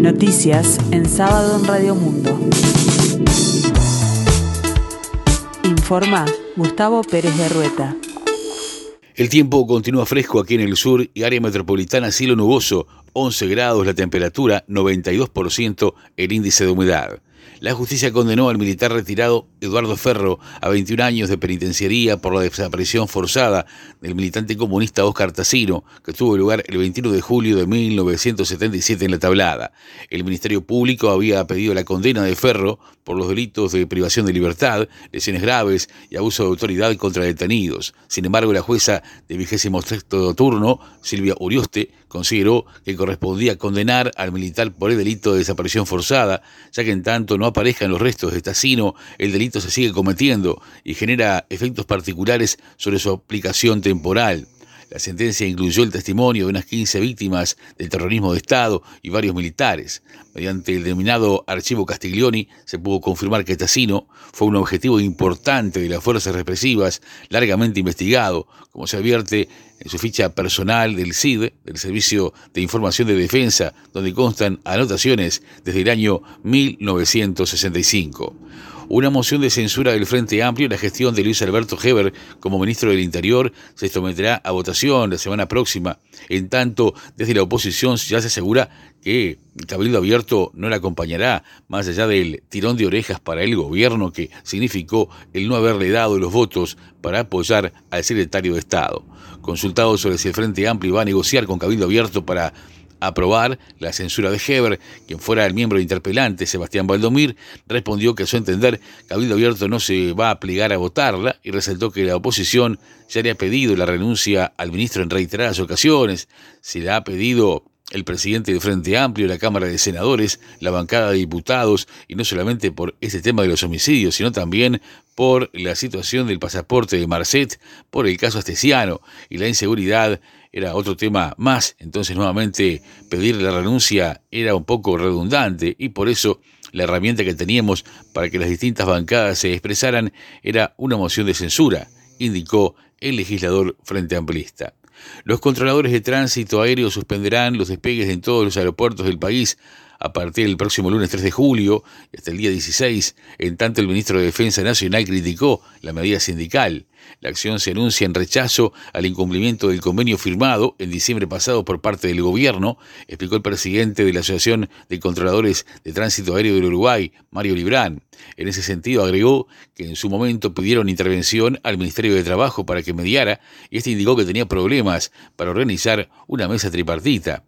Noticias en sábado en Radio Mundo. Informa Gustavo Pérez de Rueta. El tiempo continúa fresco aquí en el sur y área metropolitana, cielo nuboso, 11 grados la temperatura, 92% el índice de humedad. La justicia condenó al militar retirado Eduardo Ferro a 21 años de penitenciaría por la desaparición forzada del militante comunista Óscar Tassino, que tuvo lugar el 21 de julio de 1977 en La Tablada. El Ministerio Público había pedido la condena de Ferro por los delitos de privación de libertad, lesiones graves y abuso de autoridad contra detenidos. Sin embargo, la jueza de 23º turno, Silvia Urioste, consideró que correspondía condenar al militar por el delito de desaparición forzada, ya que en tanto no aparezcan los restos de Tassino, el delito se sigue cometiendo y genera efectos particulares sobre su aplicación temporal. La sentencia incluyó el testimonio de unas 15 víctimas del terrorismo de Estado y varios militares. Mediante el denominado Archivo Castiglioni se pudo confirmar que Tassino fue un objetivo importante de las fuerzas represivas, largamente investigado, como se advierte en su ficha personal del CID, del Servicio de Información de Defensa, donde constan anotaciones desde el año 1965. Una moción de censura del Frente Amplio en la gestión de Luis Alberto Heber como ministro del Interior se someterá a votación la semana próxima. En tanto, desde la oposición ya se asegura que el Cabildo Abierto no la acompañará, más allá del tirón de orejas para el gobierno que significó el no haberle dado los votos para apoyar al secretario de Estado. Consultado sobre si el Frente Amplio va a negociar con Cabildo Abierto para aprobar la censura de Heber, quien fuera el miembro interpelante, Sebastián Valdomir, respondió que a su entender Cabildo Abierto no se va a plegar a votarla y resaltó que la oposición ya le ha pedido la renuncia al ministro en reiteradas ocasiones. Se la ha pedido el presidente del Frente Amplio, la Cámara de Senadores, la bancada de diputados, y no solamente por este tema de los homicidios, sino también por la situación del pasaporte de Marcet, por el caso Astesiano y la inseguridad. Era otro tema más, entonces nuevamente pedir la renuncia era un poco redundante y por eso la herramienta que teníamos para que las distintas bancadas se expresaran era una moción de censura, indicó el legislador frente amplista. Los controladores de tránsito aéreo suspenderán los despegues en todos los aeropuertos del país a partir del próximo lunes 3 de julio y hasta el día 16, en tanto el ministro de Defensa Nacional criticó la medida sindical. La acción se anuncia en rechazo al incumplimiento del convenio firmado en diciembre pasado por parte del gobierno, explicó el presidente de la Asociación de Controladores de Tránsito Aéreo del Uruguay, Mario Librán. En ese sentido agregó que en su momento pidieron intervención al Ministerio de Trabajo para que mediara y este indicó que tenía problemas para organizar una mesa tripartita.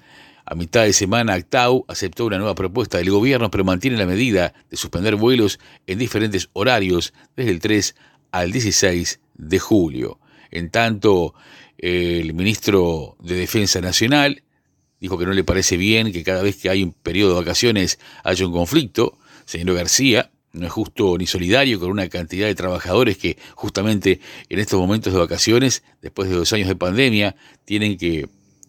A mitad de semana, ACTAU aceptó una nueva propuesta del gobierno, pero mantiene la medida de suspender vuelos en diferentes horarios desde el 3 al 16 de julio. En tanto, el ministro de Defensa Nacional dijo que no le parece bien que cada vez que hay un periodo de vacaciones haya un conflicto. Señor García, no es justo ni solidario con una cantidad de trabajadores que justamente en estos momentos de vacaciones, después de 2 años de pandemia, tienen que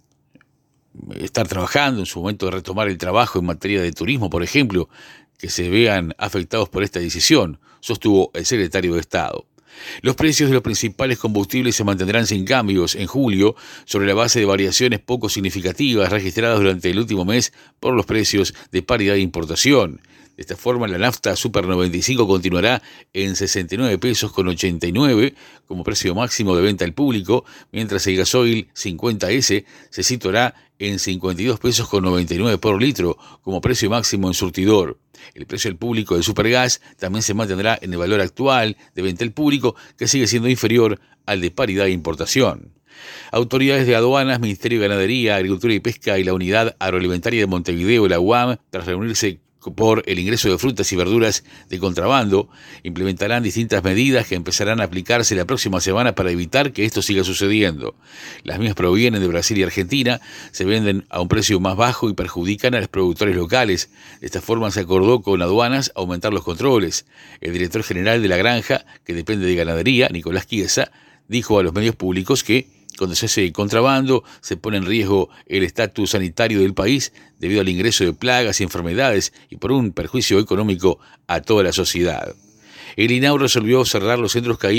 estar trabajando en su momento de retomar el trabajo en materia de turismo, por ejemplo, que se vean afectados por esta decisión, sostuvo el secretario de Estado. Los precios de los principales combustibles se mantendrán sin cambios en julio sobre la base de variaciones poco significativas registradas durante el último mes por los precios de paridad de importación. De esta forma, la nafta Super 95 continuará en 69 pesos con 89 como precio máximo de venta al público, mientras el gasoil 50S se situará en 52 pesos con 99 por litro como precio máximo en surtidor. El precio al público del supergas también se mantendrá en el valor actual de venta al público, que sigue siendo inferior al de paridad de importación. Autoridades de aduanas, Ministerio de Ganadería, Agricultura y Pesca y la Unidad Agroalimentaria de Montevideo, la UAM, tras reunirse por el ingreso de frutas y verduras de contrabando, implementarán distintas medidas que empezarán a aplicarse la próxima semana para evitar que esto siga sucediendo. Las mismas provienen de Brasil y Argentina, se venden a un precio más bajo y perjudican a los productores locales. De esta forma se acordó con aduanas aumentar los controles. El director general de la granja, que depende de ganadería, Nicolás Chiesa, dijo a los medios públicos que cuando se hace contrabando, se pone en riesgo el estatus sanitario del país debido al ingreso de plagas y enfermedades y por un perjuicio económico a toda la sociedad. El INAU resolvió cerrar los centros CAIF,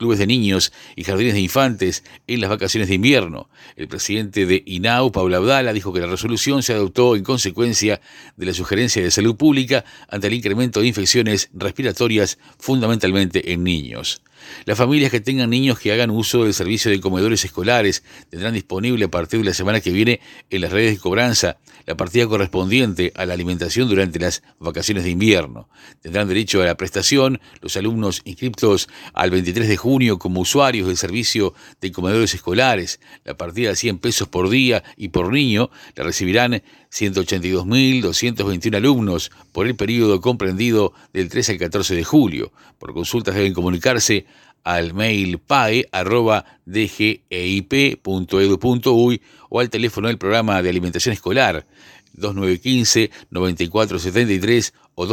clubes de niños y jardines de infantes en las vacaciones de invierno. El presidente de INAU, Pablo Abdala, dijo que la resolución se adoptó en consecuencia de la sugerencia de salud pública ante el incremento de infecciones respiratorias, fundamentalmente en niños. Las familias que tengan niños que hagan uso del servicio de comedores escolares tendrán disponible a partir de la semana que viene en las redes de cobranza la partida correspondiente a la alimentación durante las vacaciones de invierno. Tendrán derecho a la prestación los alumnos inscriptos al 23 de junio como usuarios del servicio de comedores escolares. La partida de 100 pesos por día y por niño la recibirán 182.221 alumnos por el periodo comprendido del 3 al 14 de julio. Por consultas deben comunicarse al mail pae@dgeip.edu.uy o al teléfono del programa de alimentación escolar 2915-9473 o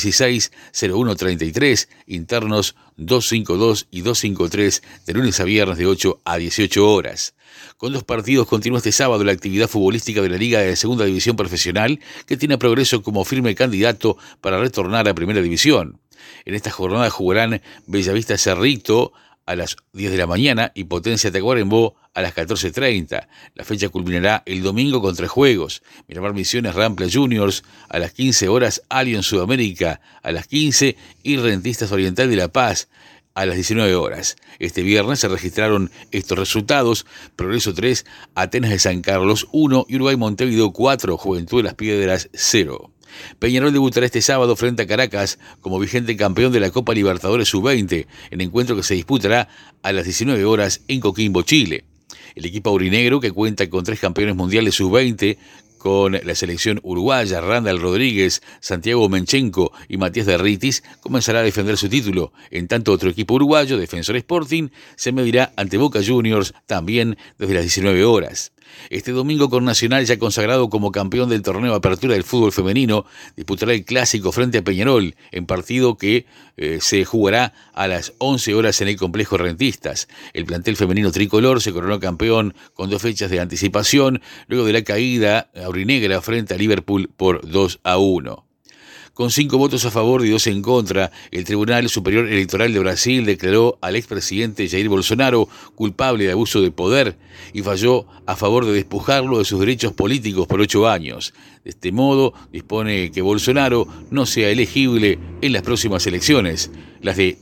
2916-0133, internos 252 y 253, de lunes a viernes de 8 a 18 horas. Con 2 partidos continúa este sábado la actividad futbolística de la Liga de Segunda División Profesional, que tiene a Progreso como firme candidato para retornar a Primera División. En esta jornada jugarán Bellavista Cerrito a las 10 de la mañana y Potencia Tacuarembó a las 14:30. La fecha culminará el domingo con 3 juegos. Miramar Misiones Rampla Juniors a las 15 horas, Allianz Sudamérica a las 15 y Rentistas Oriental de La Paz a las 19 horas. Este viernes se registraron estos resultados: Progreso 3, Atenas de San Carlos 1 y Uruguay Montevideo 4, Juventud de las Piedras 0. Peñarol debutará este sábado frente a Caracas como vigente campeón de la Copa Libertadores Sub-20, en encuentro que se disputará a las 19 horas en Coquimbo, Chile. El equipo aurinegro, que cuenta con 3 campeones mundiales Sub-20, con la selección uruguaya, Randall Rodríguez, Santiago Menchenko y Matías Derritis, comenzará a defender su título. En tanto, otro equipo uruguayo, Defensor Sporting, se medirá ante Boca Juniors también desde las 19 horas. Este domingo, con Nacional ya consagrado como campeón del torneo de apertura del fútbol femenino, disputará el clásico frente a Peñarol, en partido que se jugará a las 11 horas en el complejo Rentistas. El plantel femenino tricolor se coronó campeón con 2 fechas de anticipación, luego de la caída aurinegra frente a Liverpool por 2-1. Con 5 votos a favor y 2 en contra, el Tribunal Superior Electoral de Brasil declaró al expresidente Jair Bolsonaro culpable de abuso de poder y falló a favor de despojarlo de sus derechos políticos por 8 años. De este modo, dispone que Bolsonaro no sea elegible en las próximas elecciones, las de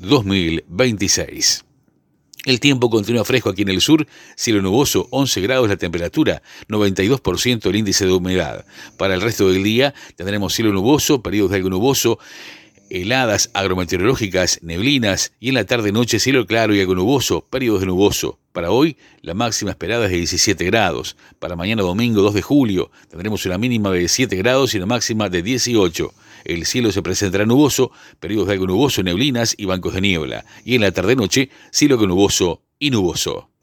2026. El tiempo continúa fresco aquí en el sur, cielo nuboso, 11 grados la temperatura, 92% el índice de humedad. Para el resto del día tendremos cielo nuboso, periodos de algo nuboso, heladas agrometeorológicas, neblinas y en la tarde-noche cielo claro y algo nuboso, periodos de nuboso. Para hoy la máxima esperada es de 17 grados. Para mañana domingo 2 de julio tendremos una mínima de 7 grados y una máxima de 18. El cielo se presentará nuboso, periodos de algo nuboso, neblinas y bancos de niebla. Y en la tarde-noche, cielo nuboso y nuboso.